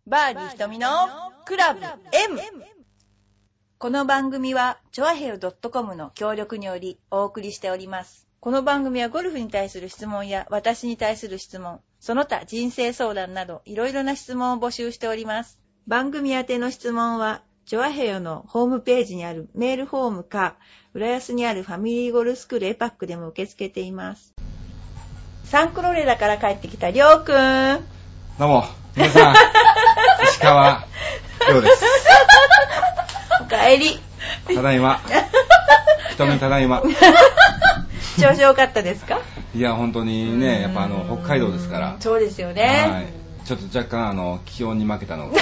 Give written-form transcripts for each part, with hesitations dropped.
バーディー瞳のクラブ M。 この番組はチョアヘヨ .com の協力によりお送りしております。この番組はゴルフに対する質問や私に対する質問、その他人生相談などいろいろな質問を募集しております。番組宛ての質問はチョアヘヨのホームページにあるメールフォームか、浦安にあるファミリーゴルフスクールエパックでも受け付けています。サンクロレラから帰ってきたりょうくん。 どうも皆さん石川亮です。 おかえり。 ただいま瞳ただいま。 調子良かったですか？ いや本当にね、やっぱ北海道ですから。 そうですよね、 はい、ちょっと若干気温に負けたのが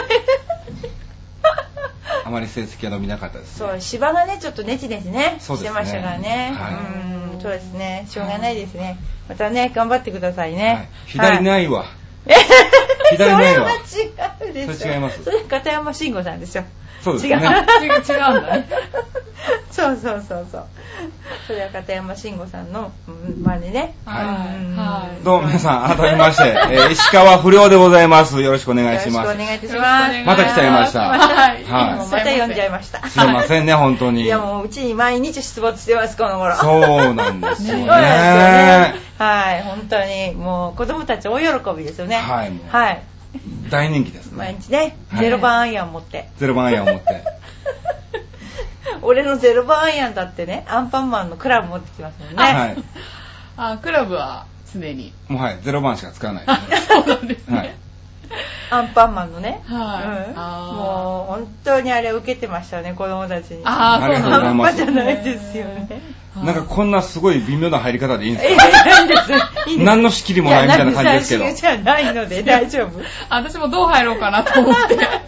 あまり成績が伸びなかったですね。 そう、芝がねちょっとネチネチねしてましたからね、 はい、 そうですね、しょうがないですね。またね頑張ってくださいね、はい、 左ないわ、 左ないわ。それは違うでしょ。 それ違います。 それ片山慎吾さんですよ。 そうですね。違うんだね。そう。それは片山慎吾さんの真似ね。 はい。どうも皆さん改めまして、石川不良でございます。よろしくお願いします。 よろしくお願いいたします。 また来ちゃいました。 はい。また呼んじゃいました。 すいませんね本当に。 いやもううちに毎日出没してますこの頃。 そうなんですよね。 はい、本当にもう子供たち大喜びですよね。 はい。 はい。 大人気ですね。 毎日ね、0番アイアン持って。 0番アイアン持って。 俺の0番アイアンだってね、アンパンマンのクラブ持ってきますもんね。 はい。クラブは常に。 もうはい、0番しか使わないですね。そうなんですね。はい。 アンパンマンのね。 はい。 もう本当にあれ受けてましたね、子供たちに。 ありがとうございます。 半端じゃないですよね。 なんかこんなすごい微妙な入り方でいいんですか？ いいんです。 何の仕切りもないみたいな感じですけど。 じゃないので大丈夫。 私もどう入ろうかなと思って。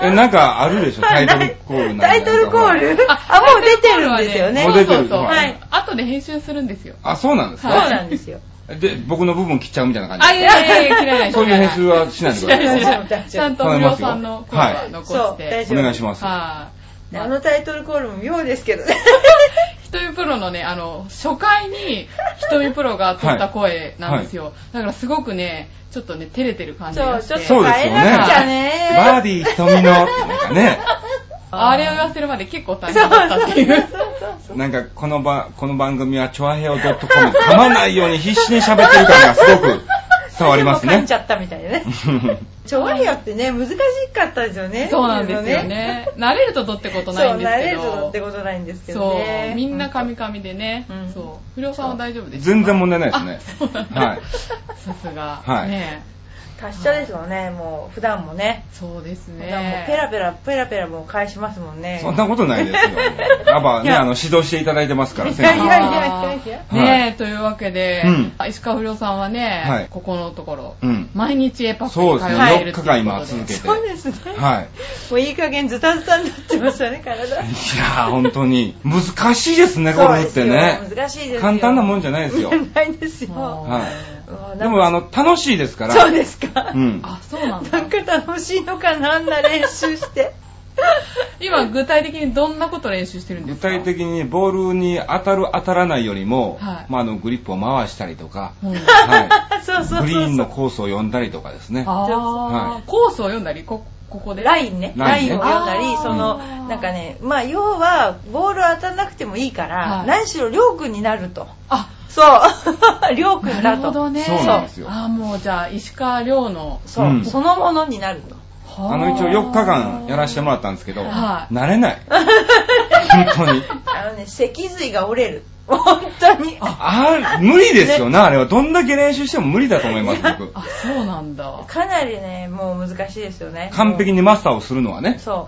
なんかあるでしょ、タイトルコール。 タイトルコール？もう出てるんですよね。 もう出てる。 はい。後で編集するんですよ。 あ、そうなんですか？ そうなんですよ。 で、僕の部分切っちゃうみたいな感じ。 いや切らない。 そういう編集はしないでください。 ちゃんと不良さんの声は残して。 お願いします。 タイトルコールも妙ですけどね。 瞳プロのね、初回に瞳プロが撮った声なんですよ。だからすごくね、ちょっとね、照れてる感じがして。 そうですよね。バーディー瞳の、なんかね。 あれを言わせるまで結構大変だったっていう。 なんかこの番組はチョアヘヨ .com 噛まないように必死に喋ってる感がすごく伝わりますね。 噛んじゃったみたいなね。チョアヘヨってね、難しかったですよね。 そうなんですよね。慣れるとどってことないんですけど。 慣れるとどってことないんですけどね。 そう、みんなカミカミでね。そう。不良さんは大丈夫ですか？ 全然問題ないですね。はい。 さすが。 はい。 ね。 達者ですよね、もう普段もね。 そうですね。 普段もペラペラもう返しますもんね。 そんなことないですよ。やっぱね、指導していただいてますから。 いや。 ねえ、というわけで、石川不良さんはね、ここのところ、毎日エパックに通っているっていうことで。 4日間今続けて。 そうですね。 はい。 もういい加減ズタズタになってましたね、体。いや本当に難しいですね、ゴルフってね。 難しいですよ。 簡単なもんじゃないですよ。 ないですよ。 はい。でも楽しいですから。 そうですか。 あ、そうなんだ。 なんか楽しいのかな、あんな練習して。 今具体的にどんなこと練習してるんですか？ 具体的にボールに当たる当たらないよりも、グリップを回したりとか、グリーンのコースを読んだりとかですね。 コースを読んだりここでラインを読んだり、なんかね、要はボール当たらなくてもいいから、何しろりょうくんになると。そうりょうくんだと。 なるほどね。 そうなんですよ。 もうじゃあ石川遼のそのものになると。 一応4日間やらせてもらったんですけど、慣れない。本当に。 脊髄が折れる。本当に。 無理ですよね、あれは。どんだけ練習しても無理だと思います、僕。 そうなんだ。 かなりね、もう難しいですよね。 完璧にマスターをするのはね。 そう。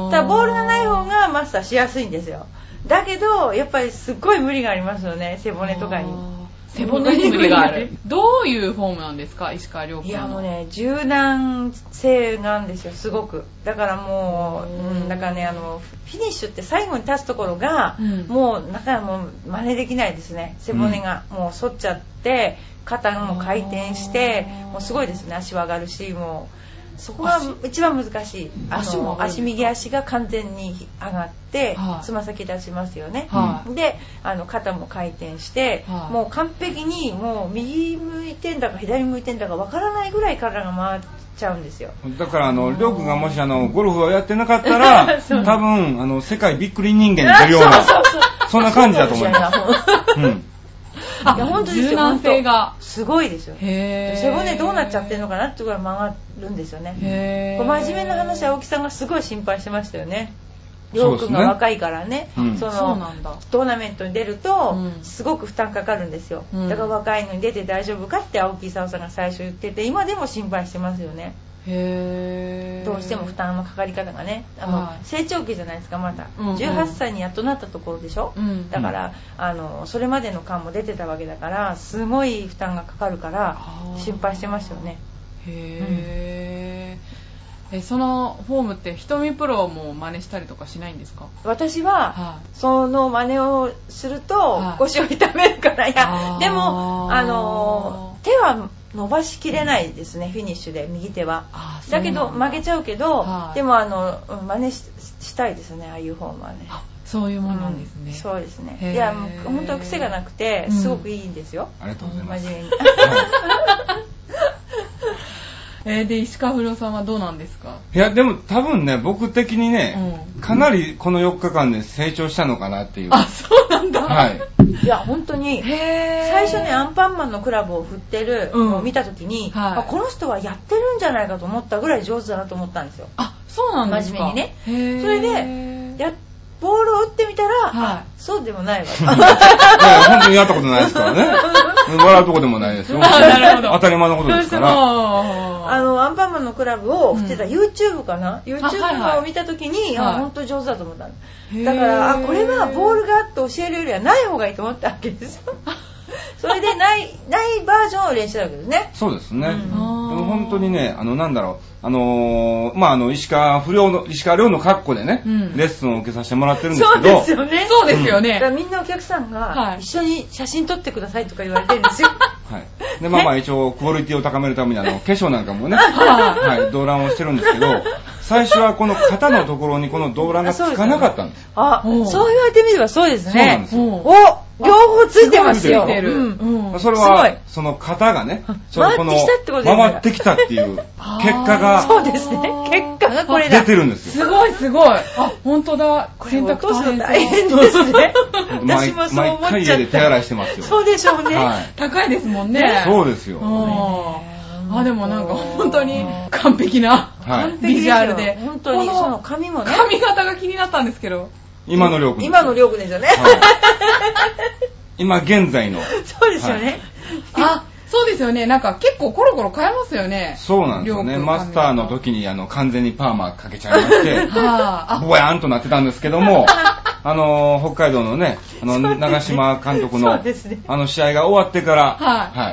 ただボールがない方がマスターしやすいんですよ。だけど、やっぱりすっごい無理がありますよね、背骨とかに。 背骨に無理がある。どういうフォームなんですか、石川遼君の。 いやもうね、柔軟性なんですよ、すごく。だからもう、だからね、フィニッシュって最後に立つところが、もうなかなかもう真似できないですね。背骨がもう反っちゃって、肩も回転して、もうすごいですね、足は上がるし、もう。 そこが一番難しい。右足が完全に上がってつま先立ちますよね、で肩も回転して、もう完璧にもう右向いてんだか左向いてんだかわからないぐらい体が回っちゃうんですよ。だからりょうくんがもしゴルフをやってなかったら多分世界びっくり人間に出るようなそんな感じだと思います。 いや本当ですよ。柔軟性がすごいですよ。背骨どうなっちゃってるのかなってぐらい曲がるんですよね。真面目な話は青木さんがすごい心配してましたよね。りょうくんが若いからね、トーナメントに出るとすごく負担かかるんですよ、だから若いのに出て大丈夫かって青木功さんが最初言ってて、今でも心配してますよね。どうしても負担のかかり方がね、成長期じゃないですか、まだ、18歳にやっとなったところでしょ、だからそれまでの間も出てたわけだから、すごい負担がかかるから心配してましたよね。 そのフォームって瞳プロも真似したりとかしないんですか？ 私は、その真似をすると腰を痛めるから、いやでも手は伸ばしきれないですね、フィニッシュで右手は。だけど曲げちゃうけど、でも真似したいですね、ああいうフォームはね。 そういうものなんですね。 そうですね。いやもう本当は癖がなくてすごくいいんですよ。 ありがとうございます。 真面目に。 で石川不良さんはどうなんですか？ いやでも多分ね、僕的にね、かなりこの4日間で成長したのかなっていう。 そうなんだ。 はい。 いや本当に最初ね、アンパンマンのクラブを振ってるのを見た時に、この人はやってるんじゃないかと思ったぐらい上手だなと思ったんですよ。 そうなんですか。 真面目にね。それでボールを打ってみたら、そうでもないわ。 本当にやったことないですからね。笑うとこでもないですよ。当たり前のことですから。 アンパンマンのクラブを振ってた YouTube かな、YouTube を見た時に本当に上手だと思った。だからこれはボールがあって教えるよりはない方がいいと思ったわけですよ。それでないバージョンを練習したわけですね。 そうですね。でも本当にね、なんだろう、石川遼の格好でね、レッスンを受けさせてもらってるんですけど。 そうですよね。 そうですよね。 だからみんなお客さんが一緒に写真撮ってくださいとか言われてるんですよ。 はい。で一応クオリティを高めるために化粧なんかもね、動乱をしてるんですけど、最初はこの肩のところにこの動乱がつかなかったんです。 そう言われてみればそうですね。 そうなんですよ。 両方ついてますよ。 それはその肩がね、 回ってきたっていう結果が、 そうですね。結果がこれだ。 出てるんですよ。 すごい。本当だ。 洗濯大変ですね。 毎回家で手洗いしてますよ。 そうでしょうね。 高いですもんね。 そうですよ。 でもなんか本当に完璧なビジュアルで、 本当にその髪もね、 髪型が気になったんですけど。 今のりょうくんですよね。 今現在の。 そうですよね。 そうですよね。なんか結構コロコロ変えますよね。 そうなんですよね。マスターの時に完全にパーマかけちゃいまして、ぼやーんとなってたんですけども、北海道のね、長嶋監督の試合が終わってから、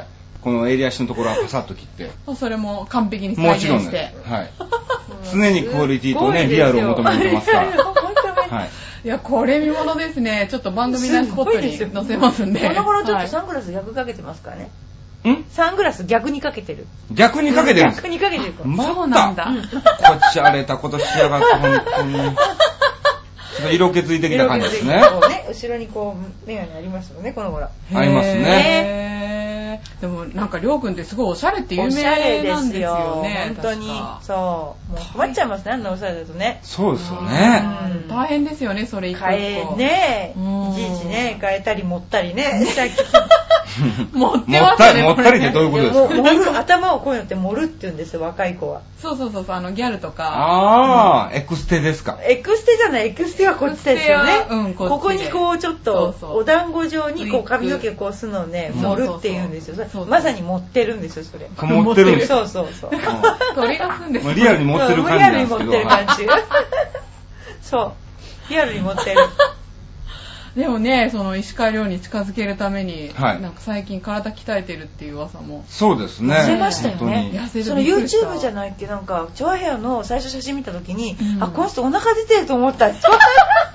この襟足のところはパサッと切って、 それも完璧に再現して。もちろんね。 常にクオリティとね、リアルを求めてますから。 いや、これ見ものですね。ちょっと番組のスポットに載せますんで。 この頃ちょっとサングラス逆かけてますからね。サングラス逆にかけてる。 逆にかけてる。 逆にかけてる。 そうなんだ。 こっち荒れたことしやがって、本当に。色気づいてきた感じですね。 後ろにこう、メガネありますよね、この頃。 ありますね。 でもなんかりょうくんってすごいおしゃれって有名なんですよね。 本当に。そう。もう困っちゃいますね、あんなおしゃれだとね。 そうですよね。 大変ですよね、それ一個一個。 いちいちね、変えたり持ったりね。 持ってますね。 持ったりってどういうことですか？ 頭をこういうのって盛るって言うんですよ、若い子は。 そう、ギャルとか。 エクステですか？ エクステじゃない、エクステはこっちですよね。ここにこうちょっとお団子状にこう髪の毛こうすのをね、盛るって言うんですよ。まさに持ってるんですよ、それ。 持ってるんです。 そう。 鳥がすんですよ。 リアルに持ってる感じなんですけど。 リアルに持ってる感じ。そう。リアルに持ってる。 でもね、その石川遼に近づけるために、なんか最近体鍛えてるっていう噂も。 そうですね。 痩せましたよね。その YouTube じゃないっけ、なんかチョアヘアの最初写真見た時に、この人お腹出てると思った。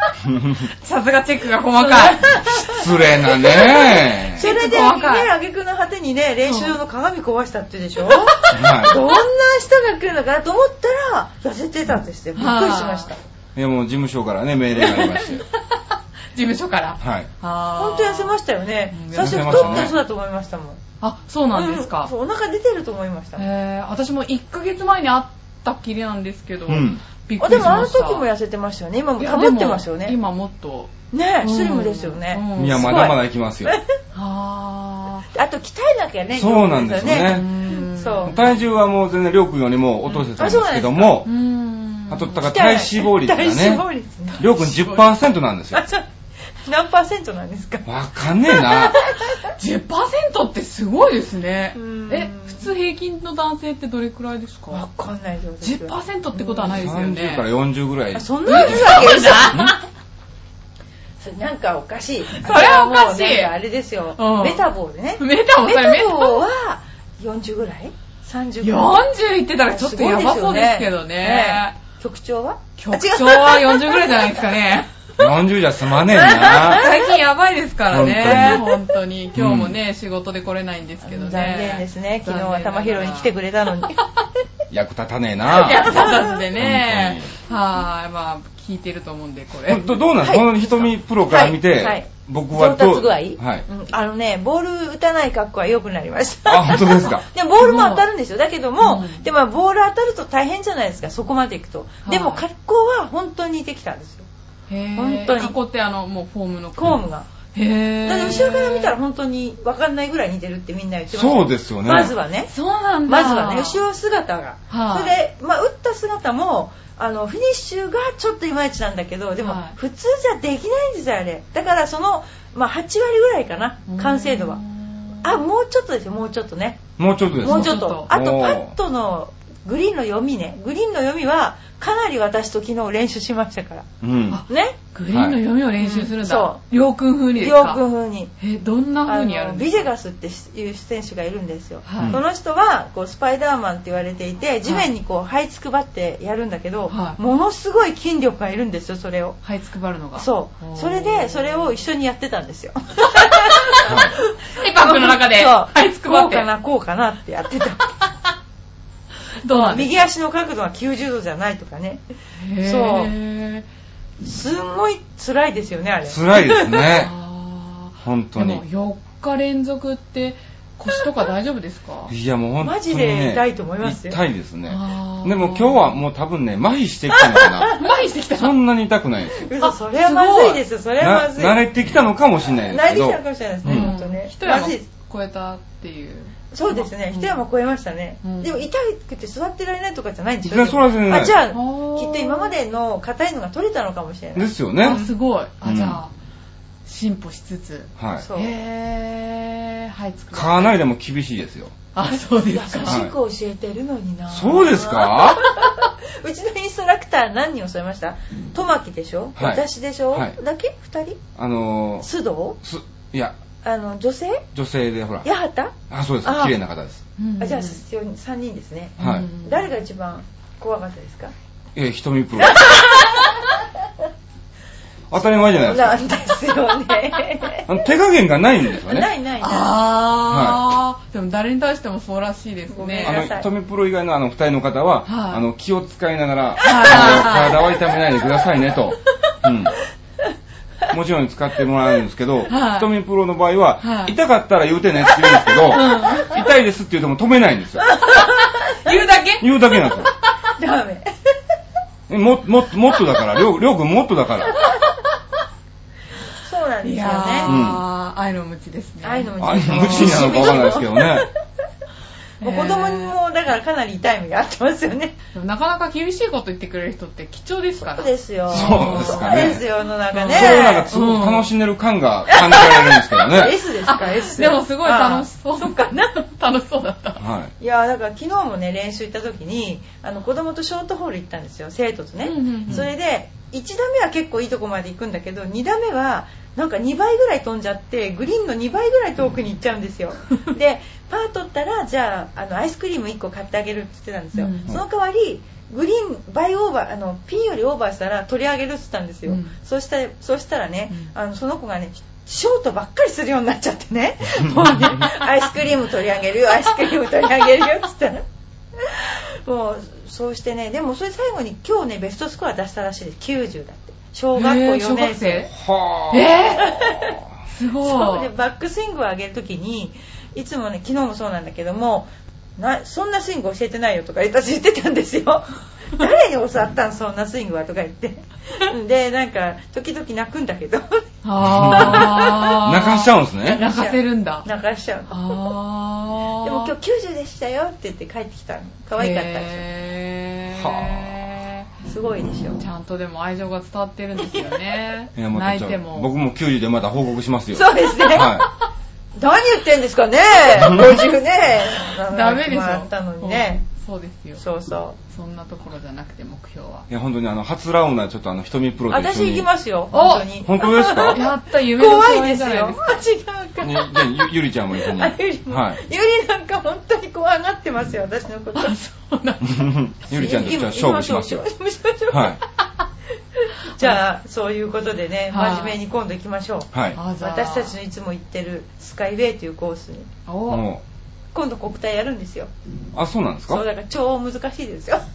さすがチェックが細かい。 失礼なね。 それでね、挙句の果てにね、練習用の鏡壊したってでしょ。どんな人が来るのかなと思ったら痩せてたんですよ。びっくりしました。 いやもう事務所からね命令がありまして。 事務所から。 はい。 本当痩せましたよね。最初太ってそうだと思いましたもん。 あ、そうなんですか。 お腹出てると思いました。 私も1ヶ月前に会ったきりなんですけど、 びっくりしました。でもあの時も痩せてましたよね。今も保ってますよね。 今もっとね、スリムですよね。 いやまだまだいきますよ。 あと鍛えなきゃね。 そうなんですよね。体重はもう全然りょうくんよりも落とせたんですけども、あとだから体脂肪率がね、りょうくん 10% なんですよ。 何パーセントなんですか？ わかんねえな。 10% ってすごいですね。普通平均の男性ってどれくらいですか？ わかんないです。 10% ってことはないですよね。 30から40ぐらい。 そんなにいるわけですそれなんかおかしい。 それはおかしい。 あれですよ。メタボでね。 メタボは40ぐらい？30ぐらい。 40いってたらちょっとやばそうですけどね。 局長は 40ぐらいじゃないですかね。 40じゃ済まねえな。 最近やばいですからね。本当に。今日もね、仕事で来れないんですけどね。 残念ですね。昨日は玉拾いに来てくれたのに。 役立たねえな。 役立たずでね。まあ聞いてると思うんでこれ。 どうなんですか？この瞳プロから見て、僕は上達具合？はい。ボール打たない格好は良くなりました。 あ、本当ですか。 でもボールも当たるんですよ。だけども、でもボール当たると大変じゃないですか。そこまでいくと。でも格好は本当にできたんですよ。 本当に。格好ってもうフォームの。 フォームが。だって後ろから見たら本当に分かんないぐらい似てるってみんな言ってます。 そうですよね。 まずはね。 そうなんだ。 まずはね、後ろ姿が。それで、打った姿も、フィニッシュがちょっといまいちなんだけど、でも普通じゃできないんですよ、あれ。だからその、8割ぐらいかな、完成度は。もうちょっとですよ、もうちょっとね。 もうちょっとです。 もうちょっと。あとパットのグリーンの読みね。グリーンの読みはかなり私と昨日練習しましたから。ね。 グリーンの読みを練習するんだ。そう。りょうくん風にですか？ りょうくん風に。 どんな風にやるんですか？ ビジェガスっていう選手がいるんですよ。その人はスパイダーマンって言這れていて、地面に這いつくばってやるんだけど、ものすごい筋力がいるんですよ、それを。 這いつくばるのが。 そう。それでそれを一緒にやってたんですよ。 パックの中で這いつくばって。 こうかなってやってた。右足の角度は90度じゃないとかね。そう。すんごい辛いですよね、あれ。 辛いですね。本当に。 でも4日連続って腰とか大丈夫ですか？ いやもう本当に、 マジで痛いと思いますよ。 痛いですね。でも今日はもう多分ね、麻痺してきたのかな。 麻痺してきた。 そんなに痛くないですよ。 それはまずいですよ。それはまずい。 慣れてきたのかもしれないですけど。 慣れてきたのかもしれないですね。本当ね。 一山超えたっていう。 そうですね。一山超えましたね。でも痛くて座ってられないとかじゃないんですよ。それは全然ない。 じゃあきっと今までの硬いのが取れたのかもしれない。 ですよね。 すごい。じゃあ進歩しつつ。 はい。かなりでも厳しいですよ。 そうですか。 優しく教えてるのにな。 そうですか？ うちのインストラクター何人教えました？トマキでしょ？私でしょ？だけ？2人？須藤？ いや。 女性？ 女性でほら。 八幡？ そうです。綺麗な方です。 じゃあ3人ですね。 はい。 誰が一番怖かったですか？ 瞳プロ。当たり前じゃないですか。 なんですよね。 手加減がないんですよね。 ない。 でも誰に対してもそうらしいですね。 瞳プロ以外の2人の方は、気を使いながら、体は痛めないでくださいねと。もちろん使ってもらうんですけど、瞳プロの場合は、痛かったら言うてねって言うんですけど、痛いですって言うても止めないんですよ。 言うだけ？ 言うだけなんですよ。 ダメ。 もっとだから、りょうくんもっとだから。 そうなんですよね。 愛の無知ですね。 愛の無知なのかわからないですけどね。 子供にもだからかなり痛い目があってますよね。 でもなかなか厳しいこと言ってくれる人って貴重ですから。 そうですよ。 そうですかね。 そうですよ、の中ね。 それをなんかすごく楽しんでる感が感じられるんですけどね。 S ですか、S。 でもすごい楽しそう。そうかな。楽しそうだった。 いや、だから昨日もね、練習行った時に、子供とショートホール行ったんですよ、生徒とね。それで、1打目は結構いいとこまで行くんだけど、2打目はなんか2倍ぐらい飛んじゃって、グリーンの2倍ぐらい遠くに行っちゃうんですよ。で、パー取ったら、じゃあ、アイスクリーム1個買ってあげるって言ってたんですよ。その代わり、 グリーン倍オーバーピンよりオーバーしたら取り上げるって言ったんですよ、そしたらね、その子がねショートばっかりするようになっちゃってねもうねアイスクリーム取り上げるよアイスクリーム取り上げるよって言ったらもうそうしてね、でもそれ最後に今日ねベストスコア出したらしいです。90だって。小学校4年生。 すごい。 そうでバックスイングを上げるときにいつもね、昨日もそうなんだけども、そんなスイング教えてないよとか私言ってたんですよ。誰に教わったんそんなスイングはとか言ってでなんか時々泣くんだけど泣かしちゃうんですね。 泣かせるんだ。 泣かしちゃう。でも今日90でしたよって言って帰ってきたの。可愛かったでしょ。すごいでしょ。 ちゃんとでも愛情が伝わってるんですよね。泣いても僕も90でまた報告しますよ。 そうですね、はい、何言ってんですかね50ねダメでしょ。 あったのにね。 そうですよ。 そうそう。 そんなところじゃなくて目標は。 いや本当に初ラウンドはちょっと瞳プロと一緒に。 私行きますよ。本当に。 本当ですか？ やった夢の怖いですよ。違うか。 ゆりちゃんも一緒に。 ゆりなんか本当に怖がってますよ私のこと。そうなんゆりちゃんと勝負しますよ。はい。 じゃあそういうことでね、真面目に今度行きましょう。 はい。 私たちのいつも行ってるスカイウェイというコースに。今度国体やるんですよ。 あ、そうなんですか？ そうだから超難しいですよ。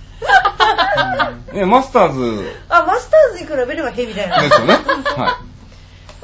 マスターズ。 マスターズに比べればヘビだよね。 ですよね。はい。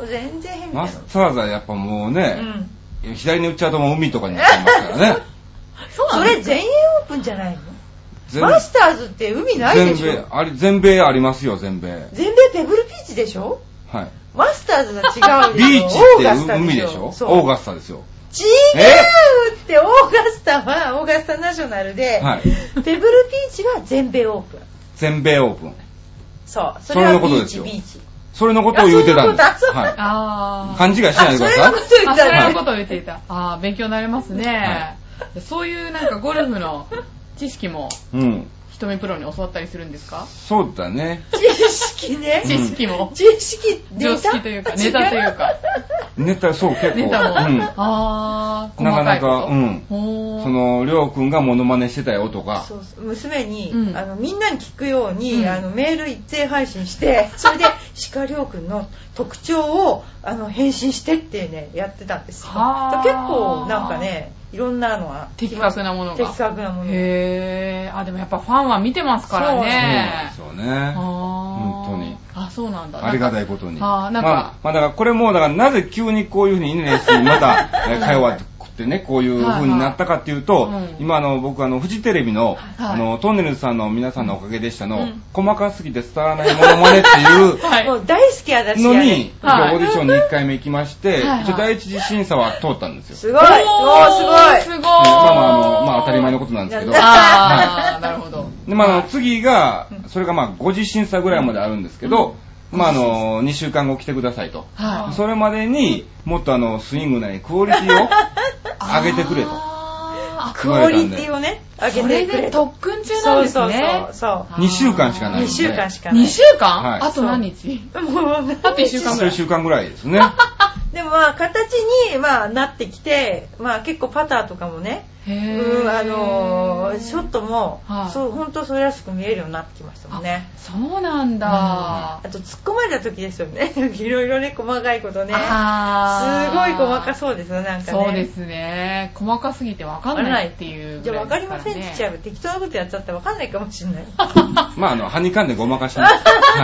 全然ヘビだよ。 マスターズはやっぱもうね、左に打っちゃうともう海とかになっちゃいますからね。 それ全英オープンじゃないの？マスターズって海ないでしょ？ 全米ありますよ、全米。 全米ペブルビーチでしょ？ はい。 マスターズは違うビーチって海でしょ？オーガスタですよ。 違うってオーガスタはオーガスタナショナルで、はい、ペブルビーチは全米オープン。 全米オープン。 そう。それはビーチ。 それのことを言うてたんです。 はい。 勘違いしないでください。 それのことを言っていた。勉強になりますね。そういうなんかゴルフの知識も瞳プロに教わったりするんですか？ そうだね。 知識ね。 知識も。 知識常識というかネタというか。 ネタそう結構。 ネタも。 なかなかそのりょうくんがモノマネしてたよとか。 そう娘にみんなに聞くようにメール一斉配信してそれで鹿りょうくんの特徴を返信してってねやってたんですよ。結構なんかね。いろんなのは的確なものが。 的確なもの。 へー。でもやっぱファンは見てますからね。 そうね。本当に。 そうなんだ。 ありがたいことに。 なんかだからこれもだからなぜ急にこういうふうにNSにまた通わってねこういう風になったかっていうと、今僕フジテレビのトンネルズさんの皆さんのおかげでしたの細かすぎて伝わらないモノマネっていうもう大好き私のにオーディションに1回目行きまして第一次審査は通ったんですよ。 すごい。 すごい。 当たり前のことなんですけど。 なるほど。 で次がそれが5次審査ぐらいまであるんですけど。2週間後来てくださいと。それまでにもっとスイングなりクオリティを上げてくれと。 クオリティをね上げてくれ。 それで特訓中なんですね。 そう。 2週間しかない。 2週間しかない。 2週間？あと何日？あと1週間ぐらい。 1週間ぐらいですね。 でも形になってきて結構パターとかもね。ショットも本当それらしく見えるようになってきましたもんね。 そうなんだ。 あと突っ込まれた時ですよね。いろいろね細かいことね。すごい細かそうですよなんかね。 そうですね。細かすぎて分かんないっていう。 じゃあ分かりませんって言っちゃえば適当なことやっちゃったら分かんないかもしれない。 はにかんでごまかします。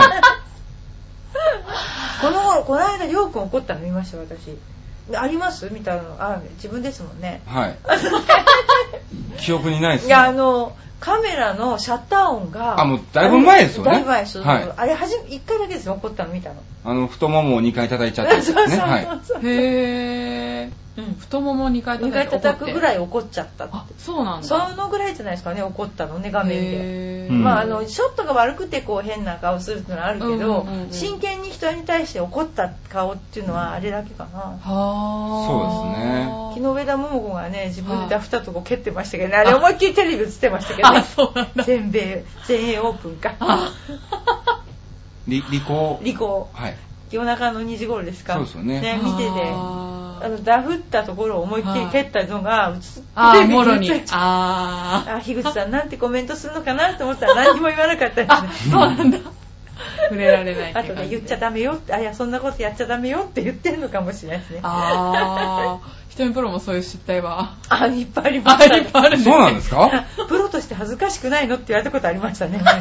この間りょうくん怒ったの見ました私。ありますみたいなの自分ですもんね。 はい。記憶にないですね。 いやカメラのシャッター音がもうだいぶ前ですよね。 だいぶ前です。あれ1回だけですよ怒ったの見たの。 太ももを2回叩いちゃったんですね。 そう。 へー。太もも2回叩くぐらい怒っちゃったって。 そうなんだ。 そのぐらいじゃないですかね怒ったのね画面で。ショットが悪くて変な顔するっていうのはあるけど、真剣に人に対して怒った顔っていうのはあれだけかな。 そうですね。 昨日上田桃子がね自分でダフったとこ蹴ってましたけどねあれ思いっきりテレビ映ってましたけどね。 そうなんだ。 全英オープンか。 リコー。 はい。夜中の2時頃ですか。 そうですよね。 見てて。 ダフったところを思いっきり蹴ったのが映ってあ、もろに。 樋口さんなんてコメントするのかなと思ったら何にも言わなかったですね。 そうなんだ。触れられないってあとね、言っちゃダメよって、いや、そんなことやっちゃダメよって言ってるのかもしれないですね。 ひとみプロもそういう失態は。 いっぱいありました、ね。 いっぱいあるんですね。 そうなんですか？ プロとして恥ずかしくないのって言われたことありましたね。いっ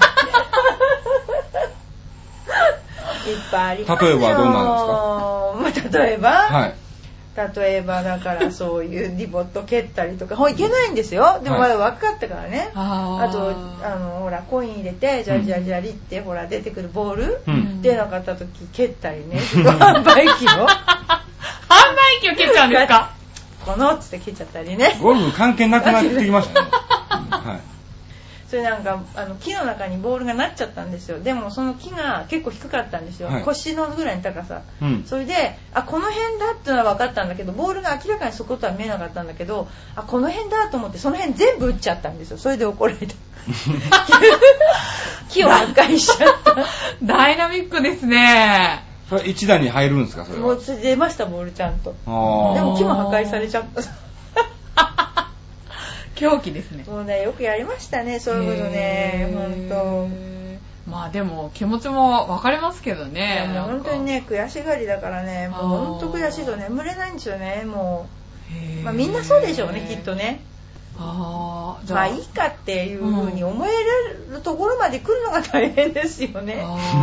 ぱいありました。 例えばどんなんですか？ 例えばだからそういうリボット蹴ったりとかいけないんですよ。でもまだ若かったからね。あとほらコイン入れてジャリジャリジャリってほら出てくるボール、出なかった時蹴ったりね。販売機を蹴っちゃうんですか？ このっつって蹴っちゃったりね。 ゴルフ関係なくなってきましたね。はい。 それなんか木の中にボールがなっちゃったんですよ。でもその木が結構低かったんですよ、腰のぐらいの高さ、それでこの辺だっていうのは分かったんだけど、ボールが明らかにそことは見えなかったんだけど、この辺だと思ってその辺全部打っちゃったんですよ。それで怒られた。木を破壊しちゃった。 ダイナミックですね。 それ一打に入るんですか？それは。 もう出ました、ボールちゃんと。でも木も破壊されちゃった。 狂気ですね。 もうね、よくやりましたね、そういうことね。本当。まあでも気持ちも分かりますけどね。 いやもう本当にね、悔しがりだからね、もう本当悔しいと眠れないんですよね。もう、みんなそうでしょうね、きっとね。まあいいかっていう風に思えるところまで来るのが大変ですよね。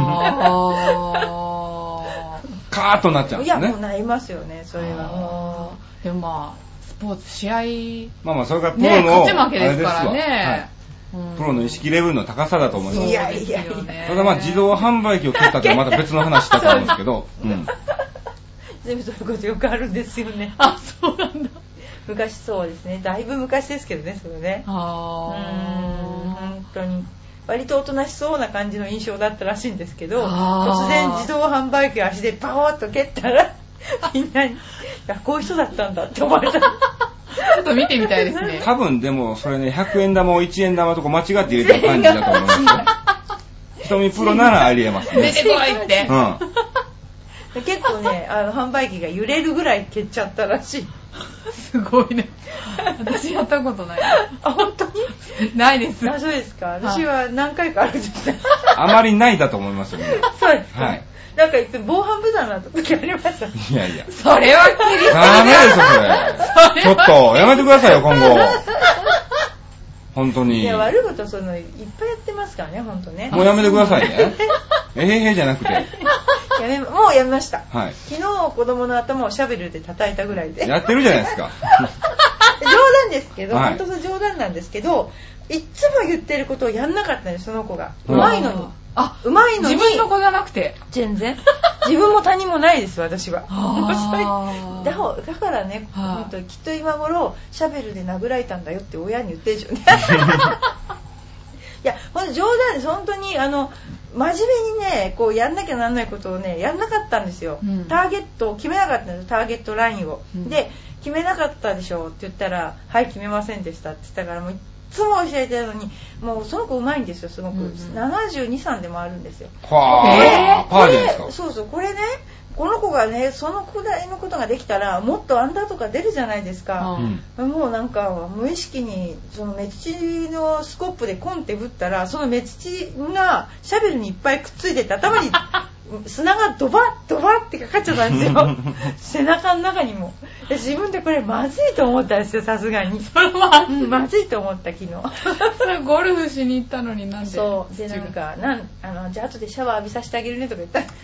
カーッとなっちゃうんですね。 いやもうなりますよね、それはもう。でもまあスポーツ試合それがプロの勝ち負けですからね。 プロの意識レベルの高さだと思います。 いやただ自動販売機を蹴ったってまた別の話だったんですけど。 全部そういうことよくあるんですよね。 そうなんだ。 昔そうですね、だいぶ昔ですけどね、それね。本当に割とおとなしそうな感じの印象だったらしいんですけど、突然自動販売機を足でパオッと蹴ったらみんなにこういう人だったんだって思われた。 ちょっと見てみたいですね。 多分でもそれね、100円玉を1円玉とか間違って入れた感じだと思いますよ。ひとみプロならありえますね。 出てこいって。 結構ね、販売機が揺れるぐらい蹴っちゃったらしい。 すごいね。私やったことない。 本当に？ ないです。 そうですか。私は何回かあるんです。 あまりないだと思いますよね。 そうですか。なんか防犯ブザーな時ありました。 いやいや。 それはキリストダメですよ、それ。ちょっとやめてくださいよ、今後。本当に。 いや、悪いこといっぱいやってますからね、本当ね。 もうやめてくださいね。じゃなくて。 もうやめました。 はい。 昨日子供の頭をシャベルで叩いたぐらいで。 やってるじゃないですか。 冗談ですけど、本当の冗談なんですけど、いつも言ってることをやんなかったんです、その子が。うまいのに。うまいのに。 自分の子じゃなくて。 全然。自分も他人もないです、私は。だからね、本当きっと今頃シャベルで殴られたんだよって親に言ってるでしょうね。いや、ほんと冗談です。本当に真面目にね、こうやんなきゃなんないことをね、やんなかったんですよ。ターゲットを決めなかったんですよ、ターゲットラインを。で、決めなかったでしょって言ったら、はい、決めませんでしたって言ったから、もういつも教えてるのに、もうその子うまいんですよ、すごく。72、3でもあるんですよ。 パーじゃないですか。 そうそう、これね、この子がね、そのくらいのことができたらもっとアンダーとか出るじゃないですか、もうなんか無意識にその目土のスコップでコンって振ったら、その目土がシャベルにいっぱいくっついてて、頭に砂がドバッドバッってかかっちゃったんですよ。背中の中にも。自分でこれまずいと思ったんですよ、さすがに。まずいと思った、昨日。 それゴルフしに行ったのになんで。 そうで、なんかじゃあ後でシャワー浴びさせてあげるねとか言ったら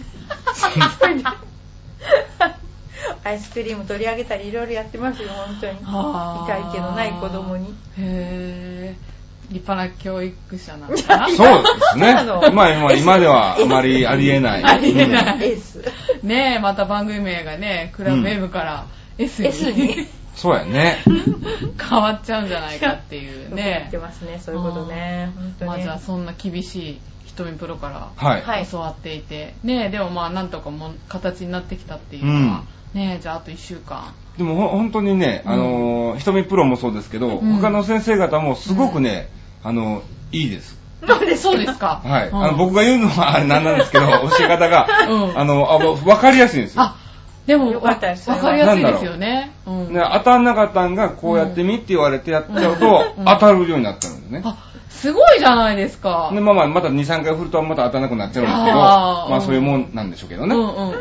アイスクリーム取り上げたりいろいろやってますよ、本当に。いたいけのない子供に。 へー、立派な教育者なんだな。 そうですね。今ではあまりありえない。 ありえない。 S。 ねえ、また番組名がね、クラブ M から S に。 そうやね。 変わっちゃうんじゃないかっていうね。 やってますね、そういうことね。 まあじゃあそんな厳しいひとみプロから教わっていて、ねえ、でもまあなんとかもう形になってきたっていうのは、ねえ、じゃああと1週間。 でも本当にね、ひとみプロもそうですけど、他の先生方もすごくね、いいです。 そうですか。 はい。僕が言うのはあれなんなんですけど、教え方が、わかりやすいんですよ。 でもわかりやすいですよね。 当たんなかったんがこうやってみって言われてやっちゃうと当たるようになったんですね。 すごいじゃないですか。 でまた2、3回振るとまた当たらなくなっちゃうんですけど、まあそういうもんなんでしょうけどね。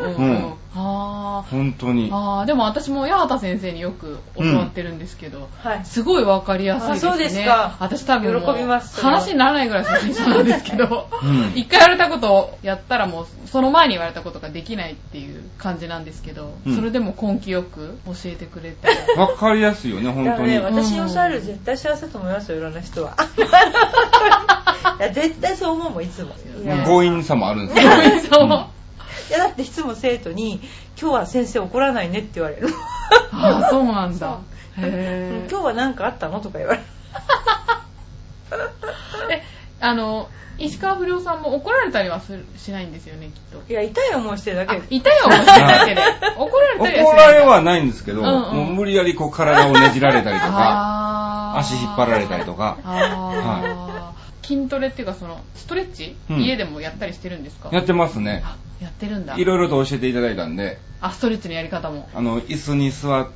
本当に。 でも私も八幡先生によく教わってるんですけど、すごいわかりやすいですね。 そうですか。 私多分喜びます。 話にならないぐらい初心者なんですけど、一回言われたことをやったらもうその前に言われたことができないっていう感じなんですけど、それでも根気よく教えてくれて。 わかりやすいよね、本当に。 私のスタイル絶対幸せと思いますよ、いろんな人は。いや絶対そう思うもん、いつも。 強引さもあるんですよ。 強引さも。 いやだっていつも生徒に今日は先生怒らないねって言われる。 そうなんだ。 今日は何かあったのとか言われる。 石川不良さんも怒られたりはしないんですよね、きっと。 いや、痛い思いしてるだけで。 痛い思いしてるだけで。怒られたりはしない。 怒られはないんですけど、もう無理やりこう体をねじられたりとか、足引っ張られたりとか。 筋トレっていうかストレッチ、家でもやったりしてるんですか？ やってますね。 やってるんだ。 いろいろと教えていただいたんで。 ストレッチのやり方も。 椅子に座って、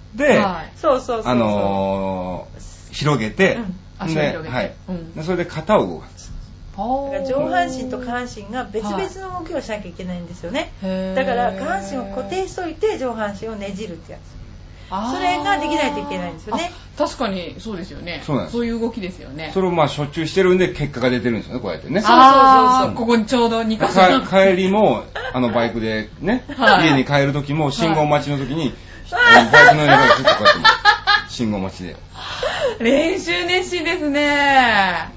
広げて、 足を広げて、 それで肩を動かす。 上半身と下半身が別々の動きをしなきゃいけないんですよね。だから下半身を固定しといて上半身をねじるってやつ。それができないといけないんですよね。 確かにそうですよね。そういう動きですよね。 それをしょっちゅうしてるんで結果が出てるんですよね、こうやってね。 そうここにちょうど2カ所。 帰りもバイクでね、家に帰る時も信号待ちの時にバイクの上からずっとこうやって信号待ちで。 練習熱心ですね。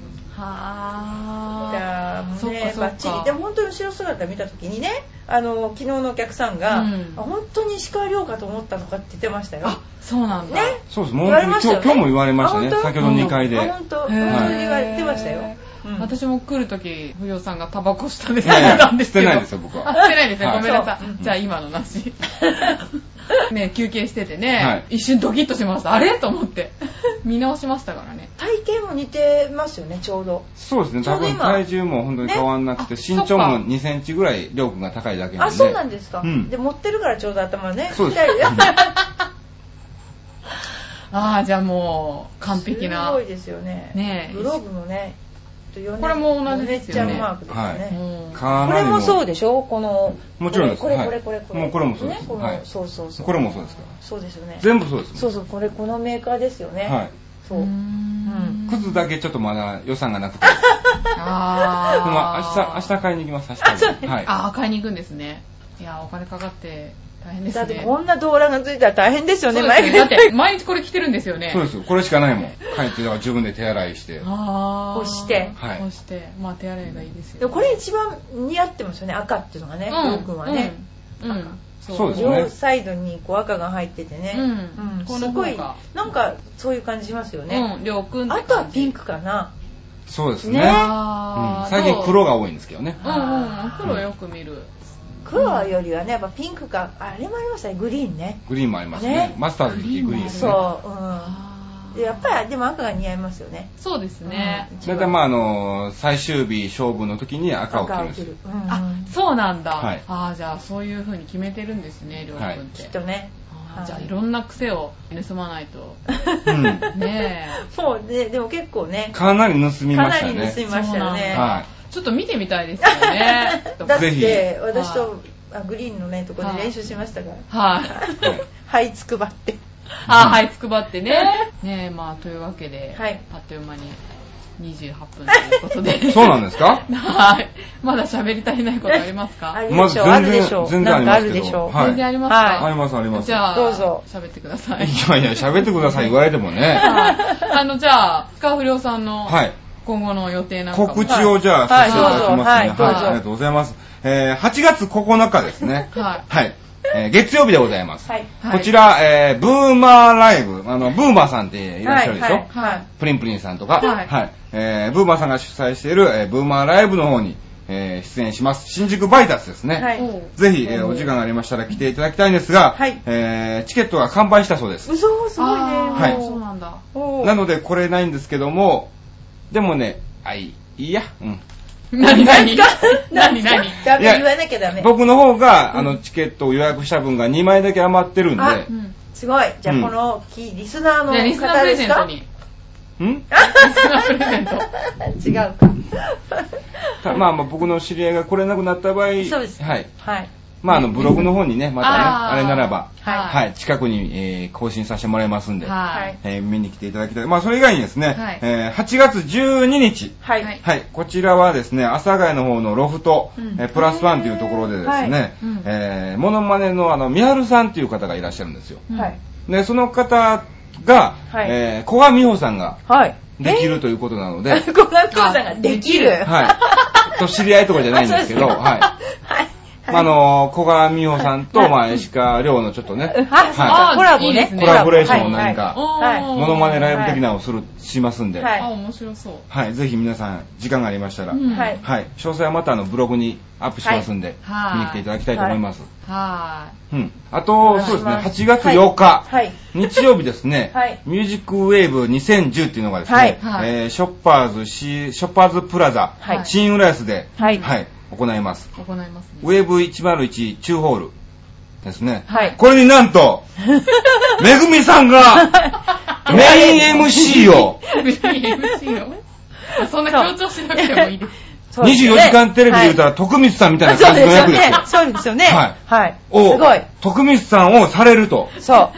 バッチリ。でも本当に後ろ姿見た時にね、昨日のお客さんが、本当に石川遼かと思ったのかって言ってましたよ。 そうなんだ。 そうです。今日も言われましたね。先ほど2階で。 本当言われてましたよ。 私も来る時不良さんがタバコ吸ったんですけど。 捨てないですよ、僕は。 捨てないですよ、ごめんなさい。じゃあ今のなし。ね、休憩しててね、一瞬ドキッとしました。あれと思って見直しましたからね。 体型も似てますよね、ちょうど。 そうですね、多分体重も本当に変わんなくて、身長も2センチぐらい亮君が高いだけなんで。 そうなんですか。で持ってるからちょうど頭ね。 そうです。 じゃあもう完璧な。 すごいですよね。グローブもね。 これも同じですよね。 マークですよね。 これもそうでしょ？ もちろんです。 これ。 もうこれもそうです。 そう。 これもそうですから。 そうですよね。 全部そうです。 そう、このメーカーですよね。 はい。 そう。 靴だけちょっとまだ予算がなくて。でも明日買いに行きます。 買いに行くんですね。いや、お金かかって大変ですね。 だってこんな動乱がついたら大変ですよね、 毎日。だって毎日これ着てるんですよね。 そうですよ。これしかないもん。帰ってだから自分で手洗いして。 干して。 干して。手洗いがいいですよ。 でもこれ一番似合ってますよね、赤っていうのがね、亮君はね。 そうですね。 両サイドに赤が入っててね。すごい、なんかそういう感じしますよね。 亮君。 あとはピンクかな。 そうですね。最近黒が多いんですけどね。 黒よく見る。 黒よりはね、やっぱピンクか、あれもありましたね、グリーンね。 グリーンもありますね。マスターズっていうグリーンですね。 そう。やっぱりでも赤が似合いますよね。 そうですね。 だいたい最終日勝負の時に赤を着るんですよ。 そうなんだ。じゃあそういう風に決めてるんですね、亮君って。 きっとね。 じゃあいろんな癖を盗まないと。ねえ。もうね、でも結構ね。 かなり盗みましたね。 かなり盗みましたよね。 ちょっと見てみたいですよね。 だって私とグリーンのねところで練習しましたから。はいつくばって。 はいつくばってね。ねえ、というわけで、あっという間に28分ということで。 そうなんですか？ はい。まだ喋り足りないことありますか？ あるでしょう。 全然ありますけど。 全然ありますか？ あります。 じゃあ、 どうぞ。 喋ってください。 いや、喋ってください言われてもね。 じゃあ、石川不良さんの今後の予定なんかも。 告知をじゃあさせていただきますね。ありがとうございます。8月9日ですね。月曜日でございます。こちら、ブーマーライブ、ブーマーさんっていらっしゃるでしょ？プリンプリンさんとか。ブーマーさんが主催している、ブーマーライブの方に、出演します。新宿バイタスですね。ぜひ、お時間がありましたら来ていただきたいんですが、チケットが完売したそうです。 すごいね。 そうなんだ。 なので、これないんですけども、でもね、いいや。 何ダメ言わなきゃダメ。 僕の方が、チケットを予約した分が2枚だけ余ってるんで。 すごい。じゃあ、このリスナーの方ですか？ リスナープレゼントに。 リスナープレゼント。 違うか。 まあ僕の知り合いが来れなくなった場合、 そうです。はい。 まあブログの方にね、またね、あれならば、 はい。 近くに、更新させてもらいますんで、 はい。 見に来ていただきたい。まあそれ以外にですね、8月12日、はい。こちらはですね、阿佐ヶ谷の方のロフト、プラスワンというところでですね、モノマネのみはるさんという方がいらっしゃるんですよ。はい。で、その方が、古賀美穂さんが、できるということなので、 古賀美穂さんができる。 はい。と知り合いとかじゃないんですけど、はい。古賀美穂さんと、石川遼のちょっとね、 コラボね。 コラボレーションを何か、モノマネライブ的なのをしますんで、 面白そう。 はい、ぜひ皆さん、時間がありましたら、はい。詳細はまたブログにアップしますんで、見に来ていただきたいと思います。 はい。 あと、そうですね、8月8日、日曜日ですね、ミュージックウェーブ2010っていうのがですね、ショッパーズプラザ、新浦安で、行います。ウェーブ101中ホールですね。これになんと、めぐみさんがメイン MC を。 そんな強調しなくてもいいです。 24時間テレビで言うたら、徳光さんみたいな感じの役ですよ。 そうですよね。はい。 すごい。徳光さんをされると。 そう。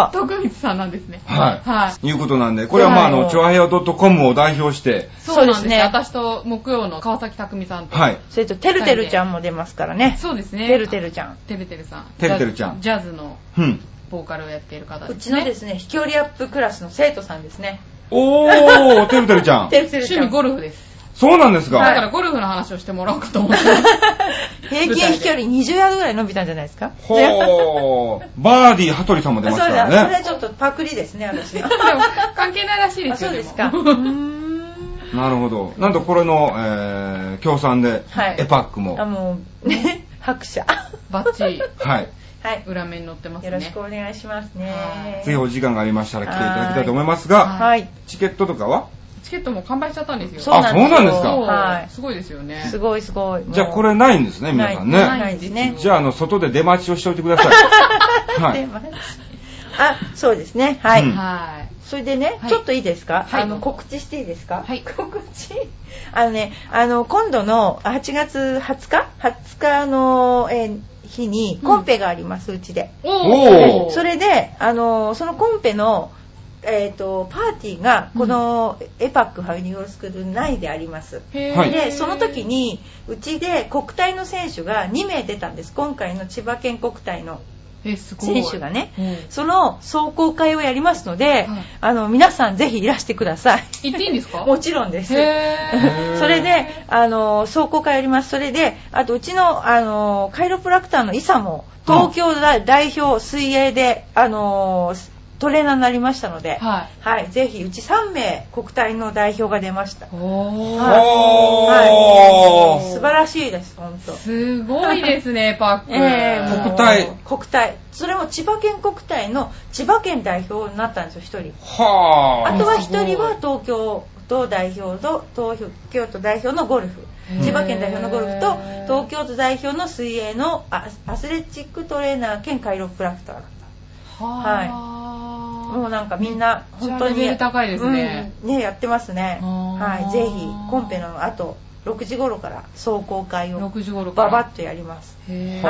徳光さんなんですね。 はい。いうことなんで、これはチョアヘヨ.com を代表して。 そうですね。私と木曜の川崎匠さんと。 それと、てるてるちゃんも出ますからね。 そうですね。 てるてるちゃん。 てるてるさん。 てるてるちゃん。 ジャズのボーカルをやっている方ですね。 うちのですね、飛距離アップクラスの生徒さんですね。 てるてるちゃん。 趣味ゴルフです。 そうなんですか。 だからゴルフの話をしてもらおうかと思って。 平均飛距離20ヤードぐらい伸びたんじゃないですか。 バーディー羽鳥さんも出ますからね。 それはちょっとパクリですね、私。でも関係ないらしいですよ。 そうですか。 なるほど。なんとこれの、協賛で、エパックも。 もう、ね、拍手。 バッチリ。 はい。 裏面に載ってますね。 よろしくお願いしますね。 ぜひお時間がありましたら来ていただきたいと思いますが、チケットとかはチケットも完売しちゃったんですよ。 そうなんですか。 はい。すごいですよね。 すごい。じゃあこれないんですね、皆さんね。 ないですね。 じゃあ外で出待ちをしておいてください。 はい。そうですね。はい。それでね、ちょっといいですか？告知していいですか？ はい。 告知。今度の8月20日の日にコンペがあります、うちで。それで、そのコンペのパーティーがこのエパックハイニュースクール内であります。でその時にうちで国体の選手が2名出たんです。今回の千葉県国体の選手がね、その壮行会をやりますので、皆さんぜひいらしてください。 行っていいんですか？ もちろんです。それで壮行会やります。それであとうちのカイロプラクターのイサも東京代表水泳でトレーナーになりましたので、ぜひうち3名国体の代表が出ました。素晴らしいです本当。 すごいですねパック。 国体。それも千葉県国体の千葉県代表になったんですよ1人。あとは1人は東京都代表と東京都代表のゴルフ。千葉県代表のゴルフと東京都代表の水泳のアスレチックトレーナー兼カイロプラクターだった。もうなんかみんな本当にレベル高いですね。 やってますね。ぜひコンペの後6時頃から壮行会をババッとやります。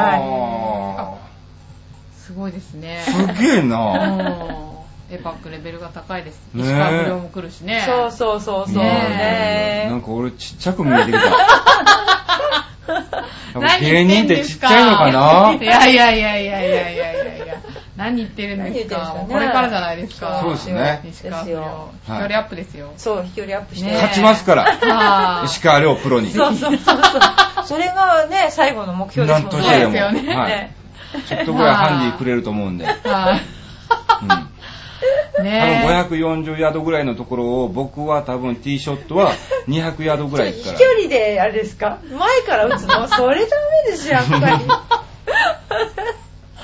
すごいですね。 すげえな。 エパックレベルが高いです。石川不良も来るしね。 そうね。 なんか俺ちっちゃく見えてきた。芸人ってちっちゃいのかな？ いや。何言ってるんですか？これからじゃないですか。 そうですね。 石川不良。飛距離アップですよ。 そう、飛距離アップして。 勝ちますから。石川遼プロに。 そう。それがね、最後の目標ですもんね。 そうですよね。ちょっとぐらいハンディくれると思うんで。540ヤードぐらいのところを僕は多分ティーショットは200ヤードぐらいですから。 飛距離であれですか？前から打つの？それダメですよ、やっぱり。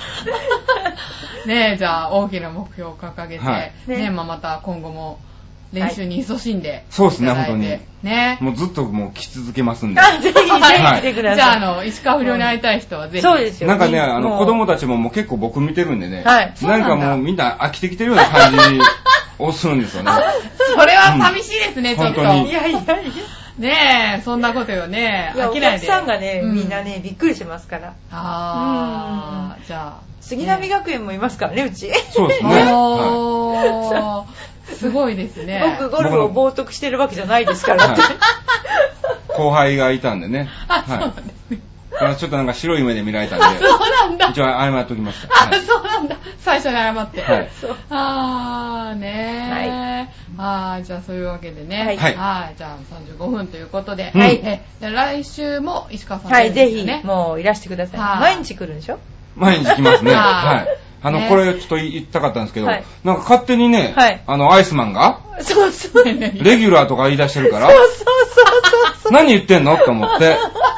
じゃあ大きな目標を掲げて、また今後も練習に勤しんで、 そうですね、本当に。 ね。 もうずっともう来続けますんで。 ぜひ、ぜひ来てください。 じゃあ、石川不良に会いたい人はぜひ。 そうですよ。 なんかね、子供たちももう結構僕見てるんでね。 はい。 なんかもうみんな飽きてきてるような感じをするんですよね。 それは寂しいですね、ちょっと。 いやいやいや。 ねえ、そんなことよね。飽きないで。 お客さんがね、みんなね、びっくりしてますから。 あー、じゃあ。 杉並学園もいますからね、うち。 そうですね。 すごいですね。 僕、ゴルフを冒涜してるわけじゃないですからって。 後輩がいたんでね。 そうなんですね。 ちょっとなんか白い目で見られたんで。 そうなんだ。 一応謝っときました。 そうなんだ。最初に謝って。 はい。 ねー。じゃあそういうわけでね。 はい。 じゃあ35分ということで。 はい。 来週も石川さん。 はい、ぜひ、もういらしてください。毎日来るんでしょ？ 毎日来ますね。はい。これちょっと言いたかったんですけど、なんか勝手にね、アイスマンが、 そうそう。 レギュラーとか言い出してるから、 そう何言ってんのって思って。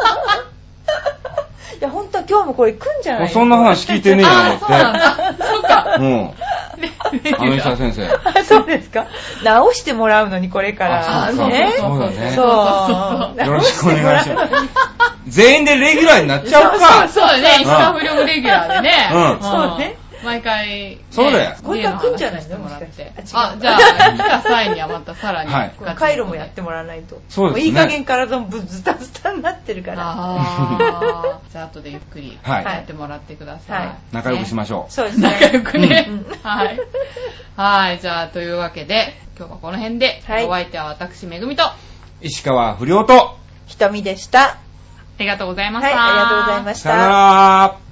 いや、本当は今日もこれ来んじゃない？ そんな話聞いてねえよ、思って。 そうなんだ。そうか。 石田先生。 そうですか。直してもらうのにこれから。 そうだね。 そう。 よろしくお願いします。全員でレギュラーになっちゃうか。 そうだね。石川不良レギュラーでね。 そうね。 毎回。 そうだよ。 これから来んじゃないの？ もらって。じゃあ、来た際にはまたさらに。 回路もやってもらわないと。 そうですね。 いい加減体もズタズタになってるから。 じゃあ、後でゆっくりやってもらってください。 仲良くしましょう。 そうですね。 仲良くね。はい。じゃあ、というわけで、今日はこの辺で、お相手は私、めぐみと、 石川不良と、 ひとみでした。 ありがとうございました。 はい、ありがとうございました。 さよなら。